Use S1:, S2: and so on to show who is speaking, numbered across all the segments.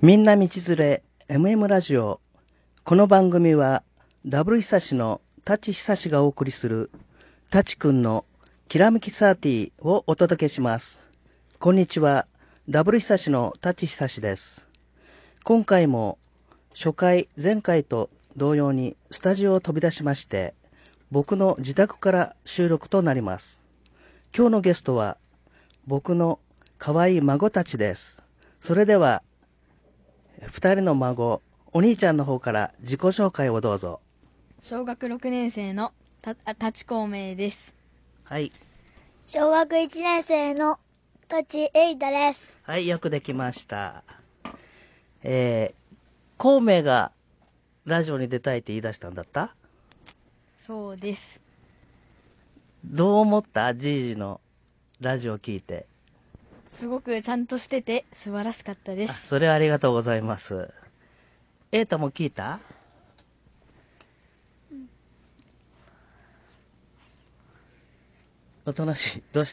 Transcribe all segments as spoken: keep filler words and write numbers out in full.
S1: みんな道連れ エムエム ラジオ。この番組はダブル久志の舘久志がお送りする舘くんのきらめきサーティーをお届けします。こんにちは、ダブル久志の舘久志です。今回も初回前回と同様にスタジオを飛び出しまして僕の自宅から収録となります。今日のゲストは僕の可愛い孫たちです。それでは二人の孫、お兄ちゃんの方から自己紹介をどうぞ。
S2: 小学ろくねん生のた舘孔明です。
S1: はい。
S3: 小学いちねん生の舘瑛太です。
S1: はい、よくできました。えー、孔明がラジオに出たいって言い出したんだった？
S2: そうです。
S1: どう思った？じいじのラジオを聞いて。
S2: すごくちゃんとしてて素晴らしかったで
S1: あ、
S2: す。
S1: それはありがとうございます。瑛太も聞いた？うん、おとなしい。どうした？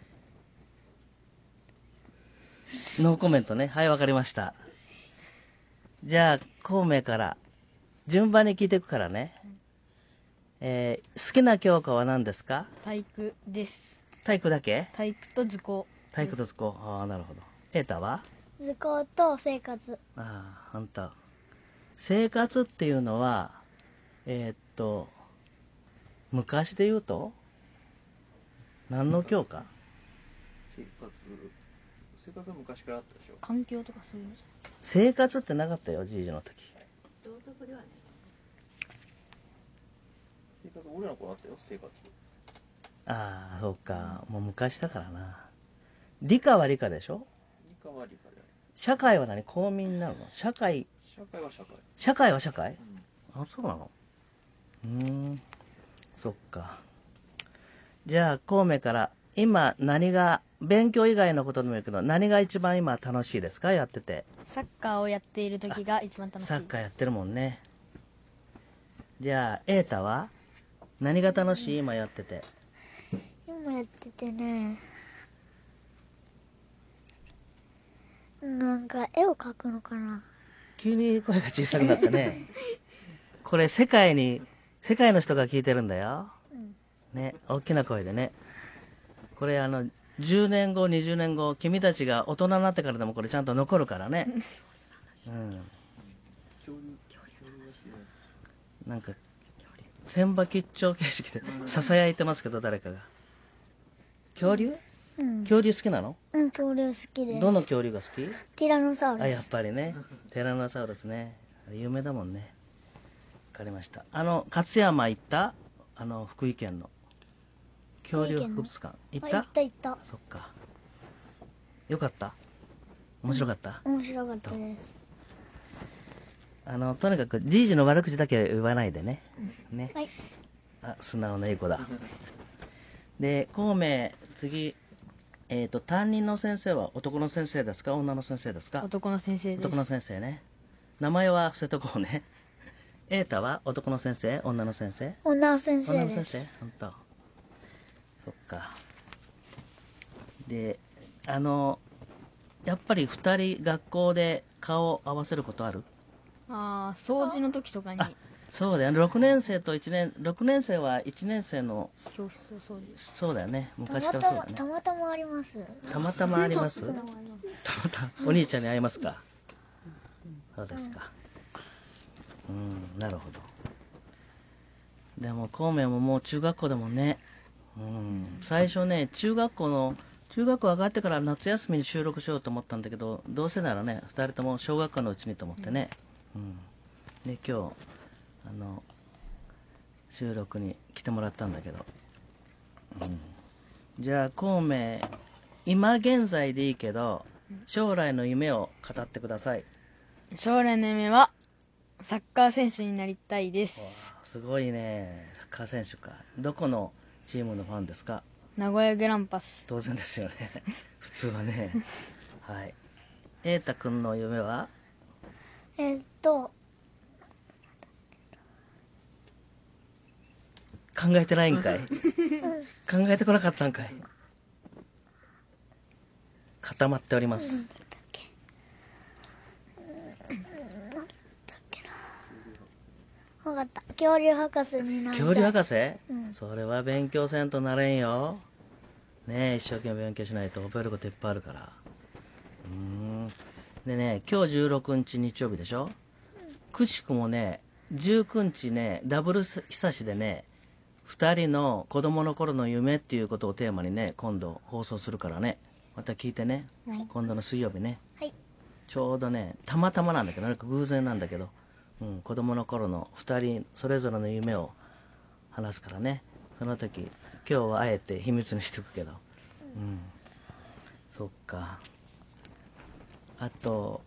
S1: ノーコメントね。はい、わかりました。じゃあ孔明から順番に聞いていくからね、えー、好きな教科は何ですか？
S2: 体育です。
S1: 体育だけ？
S2: 体育と図工。
S1: 体育と図工。ああ、なるほど。瑛太は？
S3: 図工と生活。
S1: ああ、あんた生活っていうのはえー、っと昔で言うと何の教科？
S4: 生活生活は昔からあったでしょ。
S2: 環境とかそういうのじゃない。
S1: 生活ってなかったよ、じいじの時。
S2: 道徳ではね。
S4: 生活俺らの頃あったよ、生活。
S1: ああ、そうか、もう昔だからな。理科は理科でしょ？
S4: 理科は理科である。
S1: 社会は何？公民になるの？社会
S4: 社会は社会。
S1: 社会は社会？
S4: うん、
S1: あ、そうなの？うーん、そっか。じゃあ孔明から今何が勉強以外のことでもいいけど何が一番今楽しいですか？やってて。
S2: サッカーをやっている時が一番楽しい。
S1: サッカーやってるもんね。じゃあ瑛太は何が楽しい？今やってて。
S3: 今やっててね、なんか絵を描くのかな。
S1: 急に声が小さくなったね。これ世界に世界の人が聞いてるんだよ、うん、ね、大きな声でね。これあのじゅうねんごにじゅうねんご君たちが大人になってからでもこれちゃんと残るからね。うん、なんか千葉吉兆形式でささやいてますけど誰かが。恐竜？うん、恐竜好きなの？
S3: うん、恐竜好きです。
S1: どの恐竜が好き？
S3: ティラノサウルス。
S1: あ、やっぱりね、ティラノサウルスね、有名だもんね。わかりました。あの勝山行った？あの福井県の恐竜博物館行った？
S3: 行った行った。
S1: そっか。よかった？面白かった？
S3: うん、面白かったです。
S1: あのとにかくじいじの悪口だけ言わないでね。ね。
S3: はい。
S1: あ、素直ないい子だ。で、孔明、次、えっと、担任の先生は男の先生ですか？女の先生ですか？
S2: 男の先生です。
S1: 男の先生ね。名前は伏せとこうね。瑛太は男の先生？女の先生？
S3: 女の先生です。
S1: 女の先生？本当。そっか。で、あの、やっぱり二人学校で顔を合わせることある？
S2: ああ、掃除の時とかに。
S1: そうだよね。ろくねん生といちねん、ろくねん生はいちねん生の
S2: 教室を掃除。
S1: そうだよね。昔からそうだね。
S3: たまたまあります。
S1: たまたまあります。たまたまお兄ちゃんに会いますか？そうですか。うん、なるほど。でも孔明ももう中学校だもんね。うん、最初ね、中学校の中学校上がってから夏休みに収録しようと思ったんだけど、どうせならね、ふたりとも小学校のうちにと思ってね。うん、で今日あの収録に来てもらったんだけど、うん、じゃあ孔明、今現在でいいけど将来の夢を語ってください。
S2: 将来の夢はサッカー選手になりたいです。
S1: すごいね。サッカー選手か。どこのチームのファンですか？
S2: 名古屋グランパス。
S1: 当然ですよね。普通はね。はい。瑛太くんの夢は？
S3: えっと
S1: 考えてないんかい。考えてこなかったんかい。固まっております。
S3: 恐竜博士になりたい。
S1: 恐竜博士、
S3: うん。
S1: それは勉強せんとなれんよ。ねえ、一生懸命勉強しないと覚えることいっぱいあるから。うーん。でね、今日じゅうろくにち日曜日でしょ。くしくもね、じゅうくにちね、ダブル久しでね、ふたりの子供の頃の夢っていうことをテーマにね、今度放送するからね、また聞いてね、
S3: はい。
S1: 今度の水曜日ね。
S3: はい。
S1: ちょうどね、たまたまなんだけど、なんか偶然なんだけど、うん、子供の頃のふたりそれぞれの夢を話すからね。その時、今日はあえて秘密にしておくけど。うん。そっか。あと、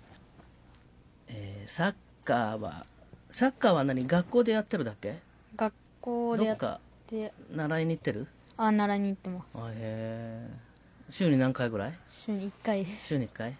S1: えーサッカーは、サッカーは何学校でやってるだけ？
S2: 学校でやっ
S1: どっか
S2: て、
S1: 習いに行ってる？
S2: あ、習いに行ってます。
S1: あ、へえ。週に何回ぐらい？
S2: 週にいっかいです。
S1: 週にいっかい？うん。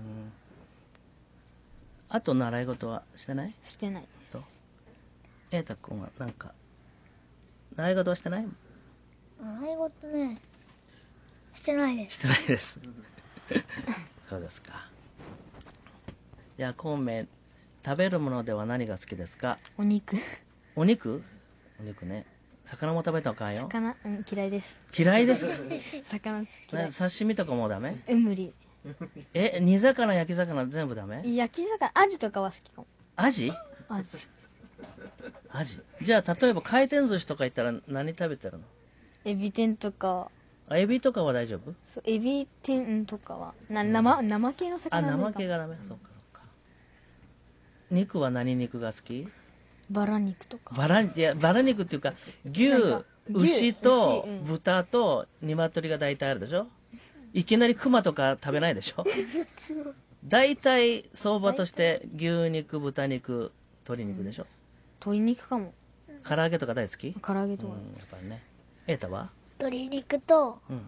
S1: あと習い事はしてない？
S2: してない。
S1: と瑛太君はなんか習い事はしてない？
S3: 習い事ね、してないです。
S1: してないですそうですか。じゃあ孔明、食べるものでは何が好きですか？
S2: お肉。
S1: お肉？お肉ね。魚も食べたらあかんよ。
S2: 魚、うん、嫌いです。
S1: 嫌いですか？
S2: 魚嫌い。
S1: 刺身とかもダメ？
S2: うん、無理。
S1: え、煮魚焼き魚全部ダメ？
S2: 焼き魚、アジとかは好きかも。
S1: アジ？
S2: アジ。
S1: アジ。じゃあ例えば回転寿司とか行ったら何食べてるの？
S2: エビ天とか、
S1: あ、エビとかは大丈夫？
S2: そうエビ天とかは、な生、生系の
S1: あ、
S2: 魚は無理かも。
S1: 生系がダメ。そっかそっか。肉は何肉が好き？
S2: バラ肉とか。
S1: バラ、いや、バラ肉っていうか、牛
S2: なんか、牛
S1: 牛と
S2: 牛うん
S1: 豚と鶏が大体あるでしょ？いきなり熊とか食べないでしょ？大体相場として牛肉、豚肉、鶏肉でしょ？
S2: 鶏肉かも。
S1: 唐揚げとか大好き？うん、
S2: 唐揚げとか。
S1: やっぱりね。瑛太は？
S3: 鶏肉と、
S1: うん。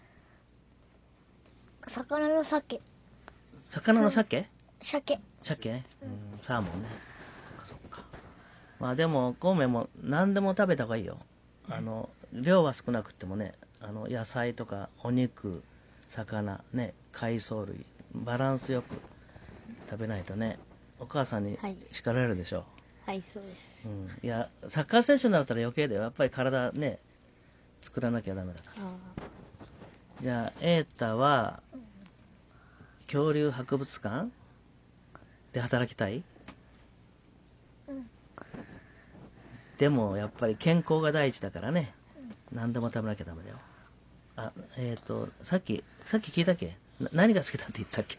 S3: 魚の鮭。
S1: 魚の鮭？
S3: 鮭。
S1: 鮭ね。うん、サーモンね。そっかそっか。まあでも、孔明も何でも食べた方がいいよ。あの、量は少なくってもね、あの、野菜とかお肉、魚、ね、海藻類、バランスよく食べないとね、お母さんに
S2: はい
S1: 叱られるでしょ。
S2: はい、そうです。
S1: うん。いや、サッカー選手になったら余計だよ。やっぱり体ね、作らなきゃダメだから。
S2: あ
S1: じゃあ、瑛太は、恐竜博物館で働きたい？
S3: うん。
S1: でも、やっぱり健康が第一だからね。何でも食べなきゃダメだよ。あ、えっ、と、さっき、さっき聞いたっけ？な何が好きだって言ったっけ？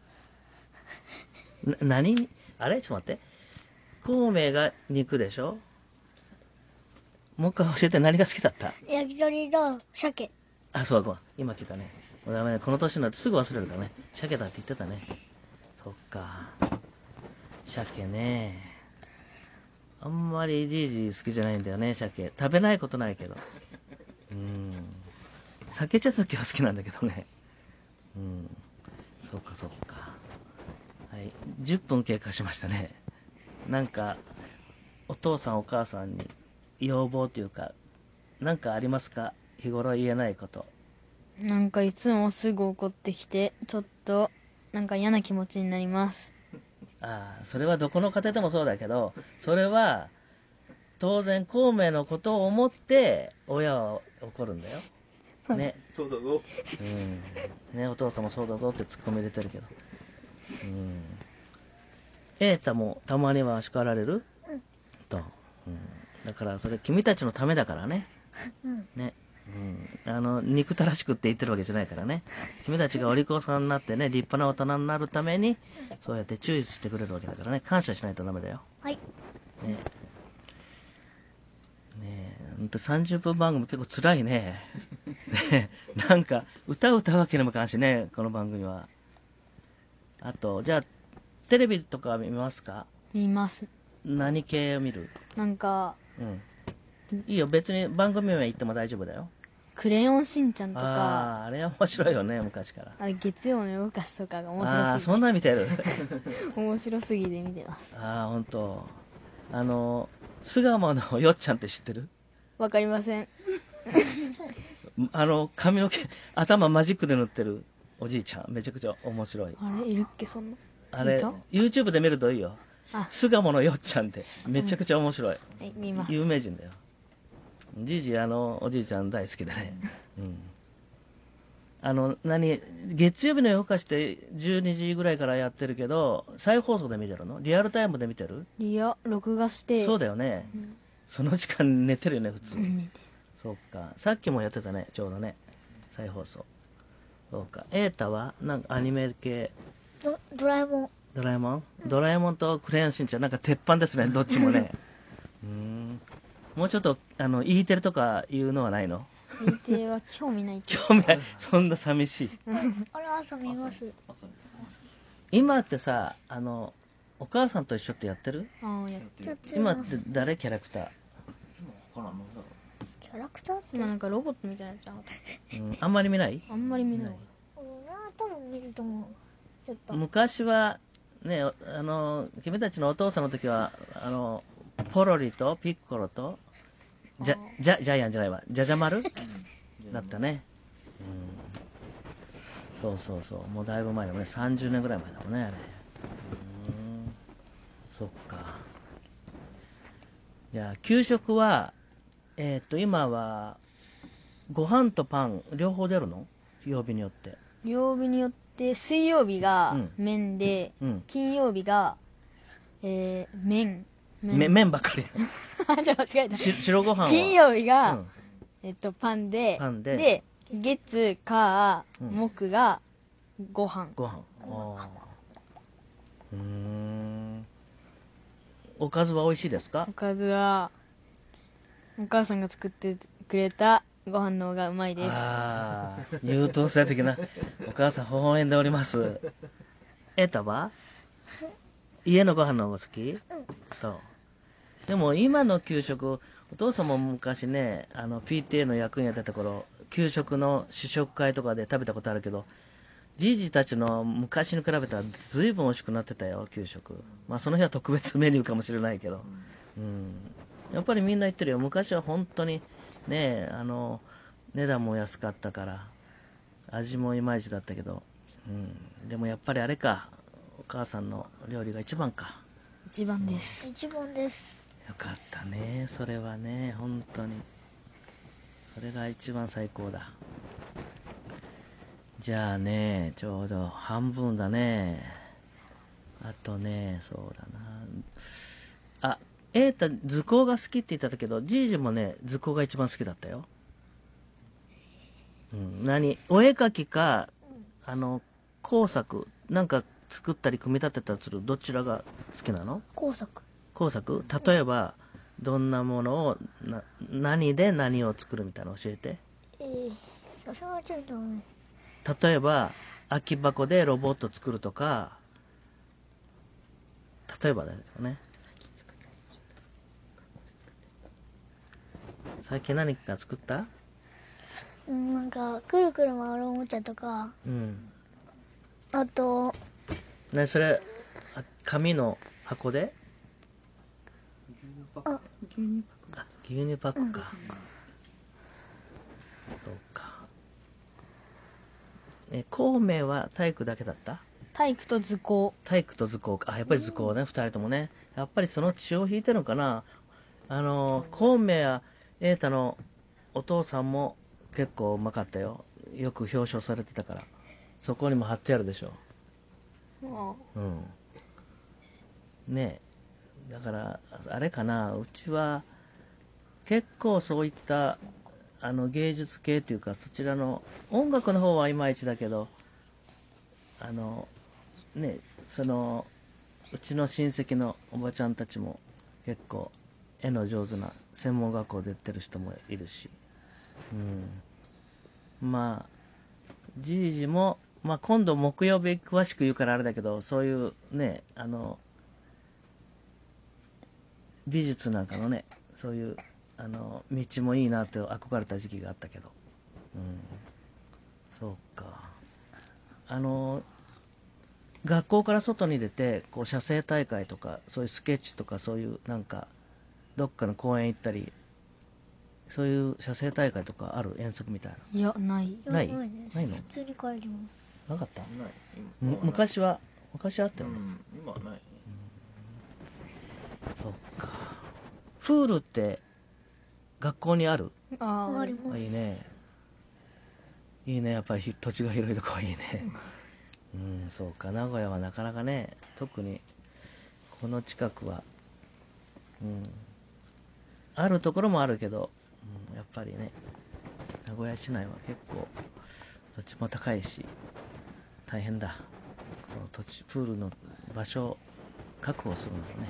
S1: な、何？あれちょっと待って。孔明が肉でしょ？もう一回教えて、何が好きだった？
S3: 焼き鳥と鮭。
S1: あ、そうだ、今聞いたね。もうダメね。この年になってすぐ忘れるからね。鮭だって言ってたね。そっか。鮭ね。あんまりじいじい好きじゃないんだよね、鮭。食べないことないけど。うん。酒茶漬けは好きなんだけどね。うん。そっかそっか。はい。じゅっぷん経過しましたね。なんか、お父さんお母さんに要望というか、なんかありますか？日頃言えないこと。
S2: なんかいつもすぐ怒ってきて、ちょっと、なんか嫌な気持ちになります。
S1: ああ、それはどこの家庭でもそうだけど、それは、当然、孔明のことを思って、親は怒るんだよ。ね。
S4: そうだぞ。
S1: うん。ね、お父さんもそうだぞってツッコミ入れてるけど。うん。瑛太もたまには叱られる？
S3: うん。
S1: と。うん。だから、それ君たちのためだからね。
S3: うん。
S1: ね。うん。あの、憎たらしくって言ってるわけじゃないからね。君たちがお利口さんになってね、立派な大人になるために、そうやって注意してくれるわけだからね。感謝しないとダメだよ。
S3: はい。
S1: ね。ねえ、ほんとさんじゅっぷん番組結構辛いね。ねえ、なんか、歌を歌うわけにもいかんしね、この番組は。あと、じゃあ、テレビとか見ますか？
S2: 見ます。
S1: 何系を見る？
S2: なんか、
S1: うん。いいよ、別に番組名言っても大丈夫だよ。
S2: クレヨンしんちゃんとか、
S1: ああ、あれは面白いよね、昔から。
S2: あれ月曜の夜更かしとかが面
S1: ああ、そん
S2: 白すぎて、
S1: なん見てる。
S2: 面白すぎて見てます。
S1: ああ、ほんと。あの、巣鴨のよっちゃんって知ってる？
S2: わかりません。
S1: あの、髪の毛、頭マジックで塗ってるおじいちゃん。めちゃくちゃ面白い。
S2: あれ、いるっけ、そんな。
S1: あれ
S2: いた、
S1: YouTube で見るといいよ。
S2: あ
S1: 巣鴨のよっちゃんってめちゃくちゃ面白い、
S2: はい見ます。
S1: 有名人だよ。じいじあのおじいちゃん大好きだね、うんあの何月曜日の夜更かしってじゅうにじぐらいからやってるけど再放送で見てるの？リアルタイムで見てる？
S2: いや録画して
S1: そうだよね、
S2: うん
S1: その時間寝てるよね普通、
S2: うん
S1: そうか、さっきもやってたねちょうどね再放送。そうか、瑛太はなんかアニメ系？
S3: ドドラえもん。
S1: ドラえもん、ドラえもんとクレヨンしんちゃんなんか鉄板ですねどっちもねうーんもうちょっとあの E テレとかいうのはないの？
S2: 見ては興味ないけど
S1: 興味ないそんな寂しい。
S3: あれ朝見ます。
S4: 朝に
S1: 今ってさあのお母さんと一緒ってやってる？
S2: ああや
S4: やってる
S3: やって
S1: 今って
S3: ます。
S1: 誰キャラクター？
S4: 今わからんのだろ
S3: キャラクターって。
S2: 今なんかロボットみたいなやつじゃなかっ
S1: うん、あんまり見ない？
S2: たあんまり見ない。
S3: 俺は多分見ると思う。ちょっと。
S1: 昔はねおあの君たちのお父さんの時はあのポロリとピッコロとジャジャジャイアンじゃないわジャジャマルだったね、うん、そうそうそうもうだいぶ前だもんねさんじゅうねんぐらい前だもんねあれ。うんそっか。じゃあ給食はえっ、と今はご飯とパン両方出るの？曜日によって。
S2: 曜日によって水曜日が
S1: うん
S2: 麺で、
S1: うん
S2: 金曜日が、えー、麺
S1: め麺ばっかり
S2: あじゃあ間違えた
S1: し白ご飯は
S2: 金曜日が、
S1: うん
S2: えっとパンで
S1: パンで
S2: 月火
S1: うん
S2: 木がご飯、
S1: ご飯あーうーんおかずは美味しいですか？
S2: おかずはお母さんが作ってくれたご飯の方がうまいです。
S1: ああ優等生的なお母さん微笑んでおります。エタは家のご飯の方が好き？そうでも今の給食お父さんも昔ねあの ピーティーエー の役員やってた頃給食の試食会とかで食べたことあるけどじいじたちの昔に比べたらずいぶん美味しくなってたよ給食。まあその日は特別メニューかもしれないけど、うん、やっぱりみんな言ってるよ昔は本当にねあの値段も安かったから味もいまいちだったけど、うん、でもやっぱりあれかお母さんの料理が一番か。
S2: 一番です。
S3: 一番です。
S1: よかったねそれはね本当にそれが一番最高だ。じゃあねちょうど半分だね。あとねそうだなあ瑛太図工が好きって言ってたけどじいじもね図工が一番好きだったよ。うん、何お絵描きかあの工作なんか作ったり組み立てたりするどちらが好きなの？
S3: 工作。
S1: 工作例えばどんなものをな何で何を作るみたいなの教えて。
S3: えー、それはちょっとね。
S1: 例えば空き箱でロボット作るとか例えばだよね。最近何か作った？
S3: うんなんかくるくる回るおもちゃとか、
S1: うん
S3: あと
S1: ねそれあ紙の箱で
S3: あ
S1: あ牛乳パックか、そうか。え孔明は体育だけだった？
S2: 体育と図工。
S1: 体育と図工か。あやっぱり図工ね、ふたりともね。やっぱりその血を引いてるのかな。あの孔明や瑛太のお父さんも結構うまかったよ。よく表彰されてたからそこにも貼ってあるでしょ。
S2: あ
S1: うんねえだからあれかなうちは結構そういったあの芸術系っていうかそちらの音楽の方はいまいちだけどあのねそのうちの親戚のおばちゃんたちも結構絵の上手な専門学校でやってる人もいるし、うん、まあじいじも、まあ、今度木曜日詳しく言うからあれだけどそういうねあの美術なんかのねそういうあの道もいいなって憧れた時期があったけど、うん、そうかあの学校から外に出てこう写生大会とかそういうスケッチとかそういうなんかどっかの公園行ったりそういう写生大会とかある遠足みたい
S2: いやない
S3: いや
S1: ない
S3: ないです。
S1: ないの
S3: 普通に帰ります。
S1: ななかった
S4: ない
S1: む昔は昔はあったよね、
S4: うん今はないね
S1: そっか。プールって学校にある？
S2: あー
S3: あります。
S1: いいね。いいね、やっぱり土地が広いとこはいいね。うん、そうか。名古屋はなかなかね、特にこの近くは、うん、あるところもあるけど、うん、やっぱりね、名古屋市内は結構土地も高いし、大変だ。その土地、プールの場所を確保するのもね。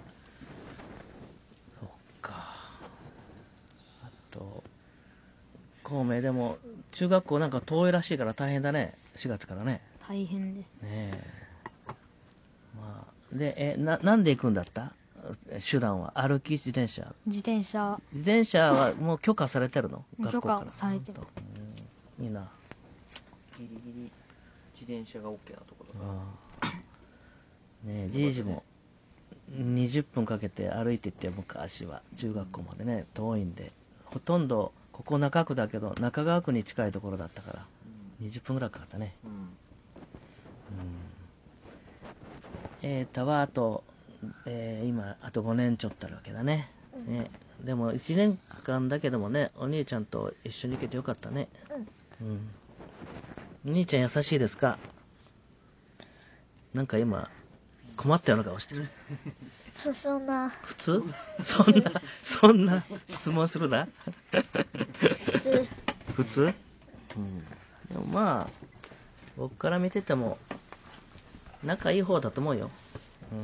S1: そっか。あと、孔明でも中学校なんか遠いらしいから大変だね。しがつからね。
S2: 大変ですね。
S1: ねえ。まあ、で、え、な、なんで行くんだった？手段は歩き、自転車。
S2: 自転車
S1: 自転車はもう許可されてるの？
S2: 許
S1: 学校から。
S2: 可されてる。
S1: うん、いいな。
S4: ギリギリ自転車が OK なところだ。
S1: ああねえ、じいじもにじゅっぷんかけて歩いていって昔は中学校までね、遠いんで、ほとんどここ中区だけど中川区に近いところだったからにじゅっぷんぐらいかかったね。
S4: うん。うん。
S1: 瑛太はあと、えー今あとごねんちょっとあるわけだね。ね、でもいちねんかんだけどもね、お兄ちゃんと一緒に行けてよかったね。うん。お兄ちゃん優しいですか？なんか今困ったような顔してる。
S3: そ、そんな、
S1: 普通？そんなそんな質問するな。
S3: 普通。
S1: 普通？うん。でもまあ僕から見てても仲いい方だと思うよ。うん。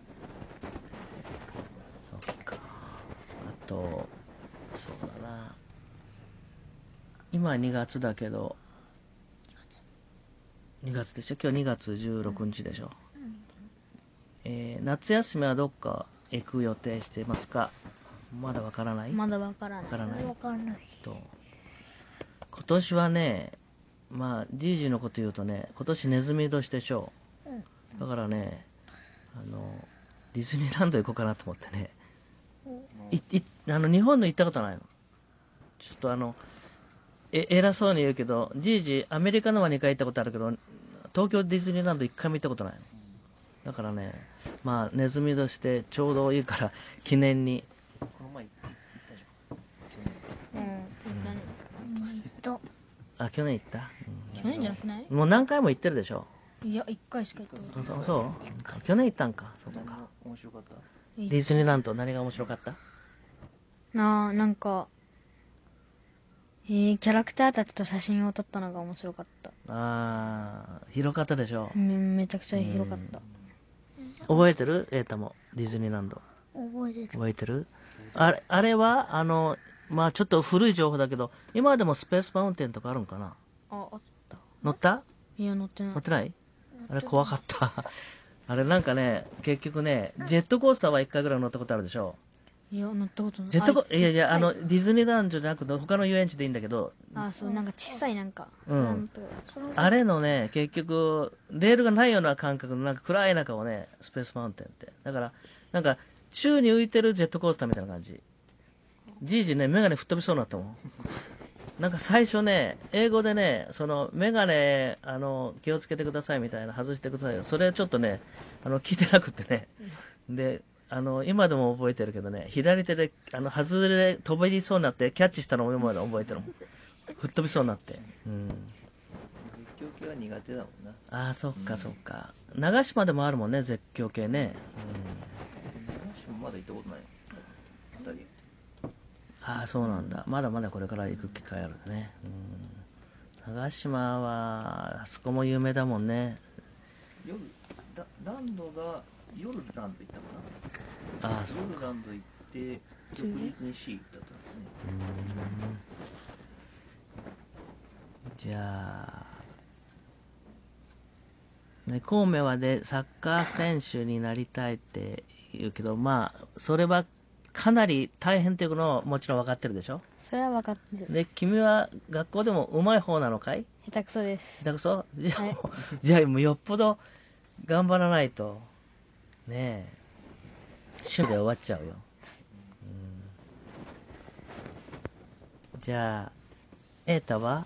S1: そっか。あとそうだな。今にがつだけど、にがつでしょ？今日にがつじゅうろくにちでしょ？えー夏休みはどっか行く予定してますか？まだわからない？
S2: まだわからない。
S1: わからない
S3: わかんない。
S1: と今年はね、まあじいじのこと言うとね、今年ネズミ年でしょう。
S3: うん。
S1: だからね、あのディズニーランド行こうかなと思ってね。いいあの日本の行ったことないの。ちょっとあのえ偉そうに言うけど、じいじアメリカのはにかい行ったことあるけど、東京ディズニーランドいっかいも行ったことないの。だからね、まあネズミとしてちょうどいいから記念に。
S4: この前行ったじゃん。
S2: うん、行ったね。
S3: えっと、
S1: あ、去年行った、
S2: 去年じゃなくない？
S1: うん、もう何回も行ってるでしょ？
S2: いや、一回しか行ったこと
S1: あそうそう去年行ったんか。そう
S4: 何が
S1: か。
S4: 面白かった？
S2: ない。
S1: ディズニーランド何が面白かった？
S2: なあ、なんか、えー、キャラクターたちと写真を撮ったのが面白かった。
S1: あー、広かったでしょ？
S2: めめちゃくちゃ広かった。
S1: 覚えてる？瑛太もディズニーランド
S3: 覚えてる。
S1: 覚えてる？あれあれはあのまあちょっと古い情報だけど、今でもスペースマウンテンとかあるんかな？
S2: あ、あった。
S1: 乗った？
S2: いや、乗ってない
S1: 乗っ。てない？あれ怖かったあれなんかね、結局ね、ジェットコースターはいっかいぐらい乗ったことあるでしょ？
S2: いや、乗ったことない。
S1: ジェットコ
S2: あ
S1: いやいや、あのディズニーランドじゃなくて他の遊園地でいいんだけど、
S2: あ、そう、なんか小さいなんか。
S1: うん
S2: それは乗ったこと
S3: その
S1: あれのね、結局レールがないような感覚のなんか暗い中をね、スペースマウンテンってだからなんか宙に浮いてるジェットコースターみたいな感じ。じいじね、メガネ吹っ飛びそうになったもん。なんか最初ね、英語でね、そのメガネあの気をつけてくださいみたいな、外してくださいよ、それちょっとね、あの聞いてなくてね、であの今でも覚えてるけどね、左手であの外れ飛びそうになってキャッチしたのを今まで覚えてるもん。吹っ飛びそうになって。うん。
S4: 絶叫系は苦手だもんな。
S1: ああ、そっかそっか。長島でもあるもんね、絶叫系ね。
S4: 私もまだ行ったことない。二人。
S1: ああ、そうなんだ。まだまだこれから行く機会あるね。うん。長島は、あそこも有名だもんね。
S4: 夜ラ、ランドが、夜ランド行ったか
S1: ああ、そう。
S4: な。夜ランド行って、翌日に C 行ったとね。
S1: じゃあ、ね、孔明はでサッカー選手になりたいって言うけど、まあ、それはかなり大変というのをもちろん分かってるでしょ？
S2: それは分かってる。
S1: で、君は学校でも上手い方なのかい？
S2: 下手くそです。
S1: だからそうじゃあ、
S2: はい
S1: もうじゃあもうよっぽど頑張らないとねえ趣味で終わっちゃうよ、うん、じゃあ瑛太は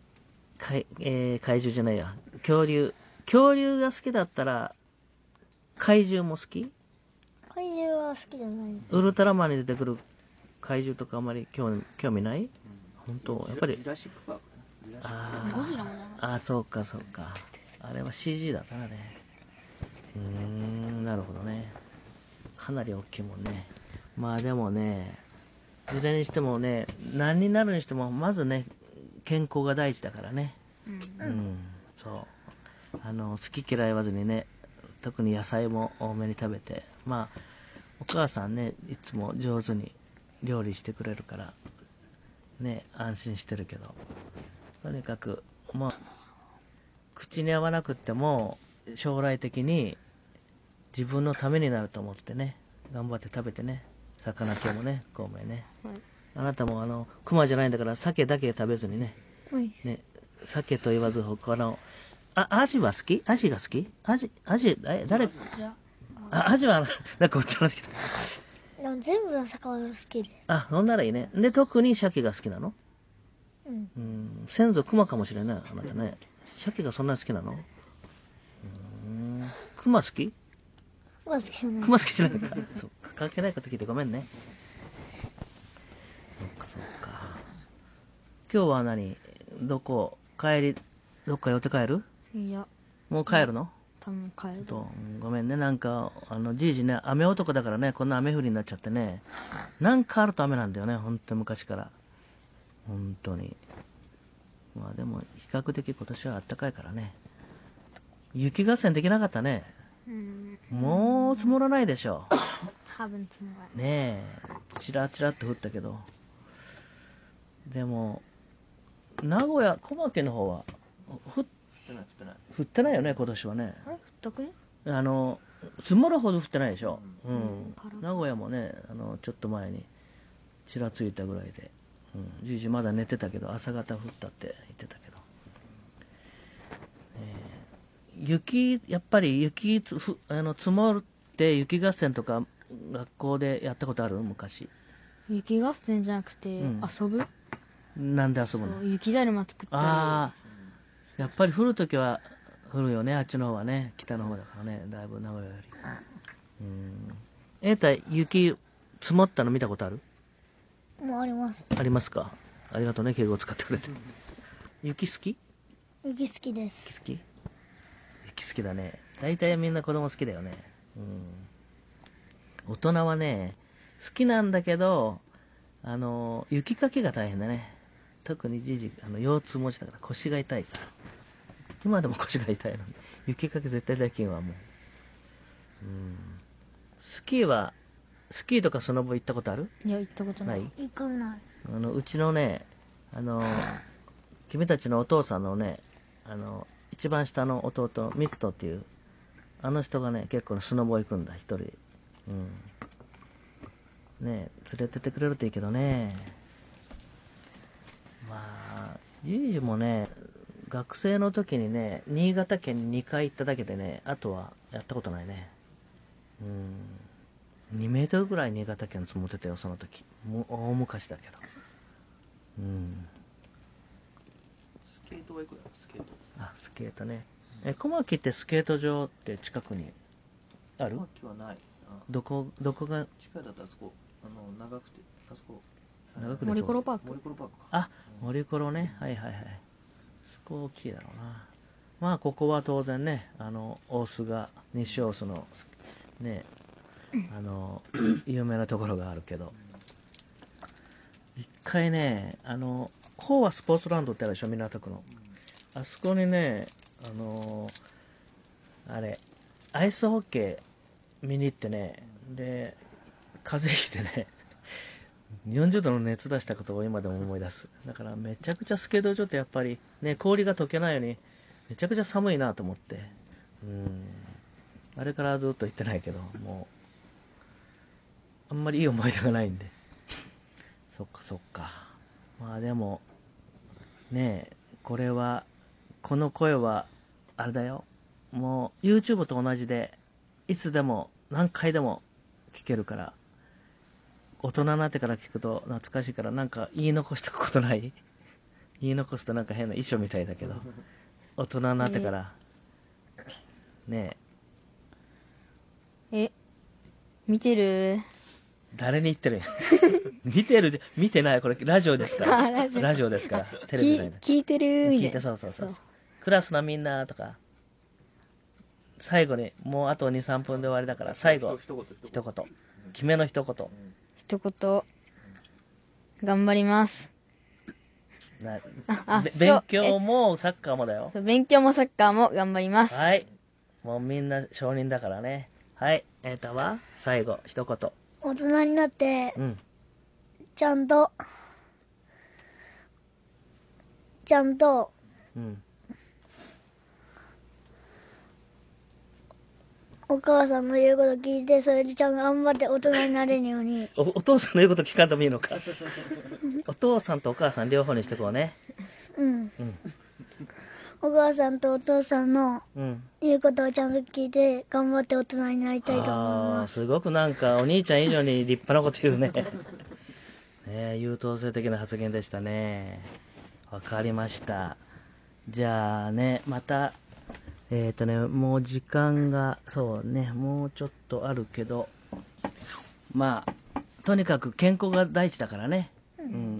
S1: かい、えー怪獣じゃないや恐竜恐竜が好きだったら怪獣も好き？
S3: 怪獣は好きじゃない。
S1: ウルトラマンに出てくる怪獣とかあまり興味興味ない？本当やっぱり。
S4: ジュラシックパークね。
S1: あ
S2: ゴジラもな
S1: ーあー、そうかそうか。あれは シージー だったなね。うーん、なるほどね。かなり大きいもんね。まあでもね、いずれにしてもね、何になるにしても、まずね、健康が第一だからね。
S2: うん
S1: うん、そう。あの、好き嫌い言わずにね、特に野菜も多めに食べて、まあ、お母さんね、いつも上手に料理してくれるから、ね、安心してるけど、とにかく、まあ、口に合わなくっても、将来的に自分のためになると思ってね、頑張って食べてね、魚系もね、孔明ね。
S2: はい
S1: あなたもあの、熊じゃないんだから、鮭だけ食べずにね、
S3: はい。
S1: ね、鮭と言わず他の、あ、アジは好き？アジが好き？アジ、アジ、え、誰、あ、アジは、なんかおっちゃらってきた。
S3: でも全部の魚好きです。
S1: あ、そんならいいね。で、特に鮭が好きなの？
S3: うん。
S1: うん、先祖熊かもしれない、あなたね。鮭がそんなに好きなの？うーん、熊好き？
S3: 熊好きじゃない。
S1: 熊好きじゃないか。そっか、関係ないこと聞いてごめんね。そっかそっか。今日は何？どこ？帰り、どっか寄って帰る？
S2: いや
S1: もう帰るの？
S2: 多分帰る
S1: とうんごめんね、なんか、あの、じいじね、雨男だからね、こんな雨降りになっちゃってね、なんかあると雨なんだよね、ほんと昔から。本当に。まあでも、比較的今年は暖かいからね。雪合戦できなかったね。
S2: うん
S1: もう積もらないでしょ。
S2: 多分つもらない
S1: ねえ、ちらちらっと降ったけど。でも、名古屋、小牧の方は、降っ
S4: 降ってない降ってない。
S1: 降ってないよね、今年はね。
S2: あれふったくね
S1: あの、積もるほど降ってないでしょ。う
S2: うん
S1: ん。
S2: から
S1: 名古屋もね、あの、ちょっと前に、ちらついたぐらいで。うん。じいじまだ寝てたけど、朝方降ったって言ってたけど。えー雪、やっぱり雪つふあの積もって雪合戦とか学校でやったことある？昔。
S2: 雪合戦じゃなくて
S1: うん
S2: 遊ぶ、
S1: なんで遊ぶの？
S2: 雪だるま作ったり
S1: ああ、やっぱり降るときは降るよね、あっちの方はね、北の方だからね、だいぶ名古屋より。うん。えーた、雪積もったの見たことある？
S3: もうあります。
S1: ありますか？ありがとうね、敬語を使ってくれて。雪好き？
S3: 雪好きです。
S1: 雪好き？雪好きだね。大体みんな子供好きだよね。うん。大人はね、好きなんだけど、あの、雪かきが大変だね。特にじいじ、あの、腰痛持ちだから腰が痛いから。今でも腰が痛いのに。雪かき絶対できんわ、もう。うん。スキーは、スキーとかスノボ行ったことある？
S2: いや行ったことな
S1: ないい？
S3: 行かない。
S1: あの、うちのね、あの、君たちのお父さんのね、あの、一番下の弟、ミツトっていう、あの人がね、結構スノボ行くんだ、一人。うん。ねえ、連れてってくれるといいけどね。まあ、じいじもね、学生の時にね、新潟県ににかい行っただけでね、あとはやったことないね。うん。にメートルぐらい新潟県積もってたよ、その時。もう大昔だけど。うん。
S4: スケートは行くよ、スケート。
S1: あ、スケートね。え、小牧ってスケート場って近くにある？
S4: 小牧はない。あ、
S1: どこ、どこが、
S4: 近いだったらあそこ、あの、長くて、あそこ。
S1: 長くて
S2: 森コロパーク
S4: 森コロパークか。
S1: あ、森コロね。はいはいはい。そこ大きいだろうな。まあ、ここは当然ね、あの、大須賀、西大須の、ね、あの、有名なところがあるけど、一回ね、あの、飽和スポーツランドってあるでしょ、港区の。あそこにね、あのあれ、アイスホッケー見に行ってね、で、風邪ひいてね、よんじゅうどの熱出したことを今でも思い出す。だからめちゃくちゃスケート場ってやっぱりね、氷が溶けないようにめちゃくちゃ寒いなと思って。うん。あれからずっと行ってないけど、もう、あんまりいい思い出がないんで。そっかそっか。まあでも、ねえ、これは、この声は、あれだよ。もう YouTube と同じで、いつでも何回でも聞けるから、大人になってから聞くと懐かしいから、なんか言い残したことない？言い残すとなんか変な遺書みたいだけど、大人になってから、ねえ、
S2: え、見てる？
S1: 誰に言ってるんや見てるじゃ、見てない。これラジオですから。
S2: あラジオ
S1: ラジオですから。テレビじゃないんだ。
S2: 聞いてるみたいな。
S1: 聞いて、そうそうそう。クラスのみんなとか、最後に、もうあとに、さんぷんで終わりだから、最後、
S4: 一言
S1: 一言。決めの一言。
S2: 一言。頑張ります。
S1: な
S2: ああ
S1: べ
S2: そう
S1: 勉強もサッカーもだよ。
S2: そう勉強もサッカーも頑張ります。
S1: はい。もうみんな承認だからね。はい。えーたは最後、一言。
S3: 大人になって
S1: うん。
S3: ちゃんとちゃんと
S1: うん。
S3: お母さんの言うこと聞いて、それでちゃんと頑張って大人になれるように。
S1: お、お父さんの言うこと聞かんでもいいのか。お父さんとお母さん両方にしてこうね。
S3: うん。
S1: うん。
S3: お母さんとお父さんの
S1: うん。
S3: 言うことをちゃんと聞いて、頑張って大人になりたいと思い
S1: ああ、
S3: ます。
S1: すごくなんかお兄ちゃん以上に立派なこと言うね。ねえ、優等生的な発言でしたね。わかりました。じゃあね、また、えっ、とね、もう時間が、そうね、もうちょっとあるけど、まあ、とにかく健康が第一だからね。うん。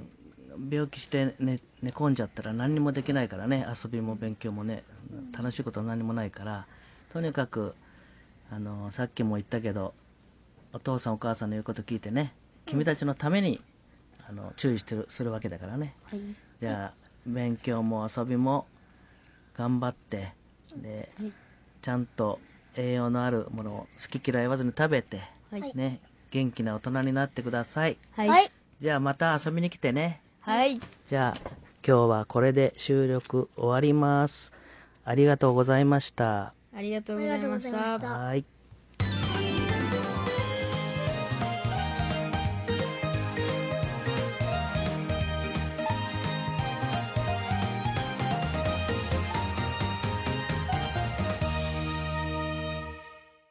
S1: 病気して寝、寝込んじゃったら何にもできないからね、遊びも勉強もね、楽しいことは何もないから、とにかく、あの、さっきも言ったけど、お父さんお母さんの言うこと聞いてね、君たちのために、あの、注意してる、するわけだからね。
S2: はい。
S1: じゃあ、勉強も遊びも頑張って、で、ちゃんと栄養のあるものを好き嫌い言わずに食べて、
S2: はい。
S1: ね、元気な大人になってください。
S2: はい。
S3: はい。
S1: じゃあまた遊びに来てね。
S2: はい。
S1: じゃあ今日はこれで収録終わります。ありがとうございました。
S2: ありがとうございまし
S3: ありがとうございま
S2: た
S3: した。
S1: はい。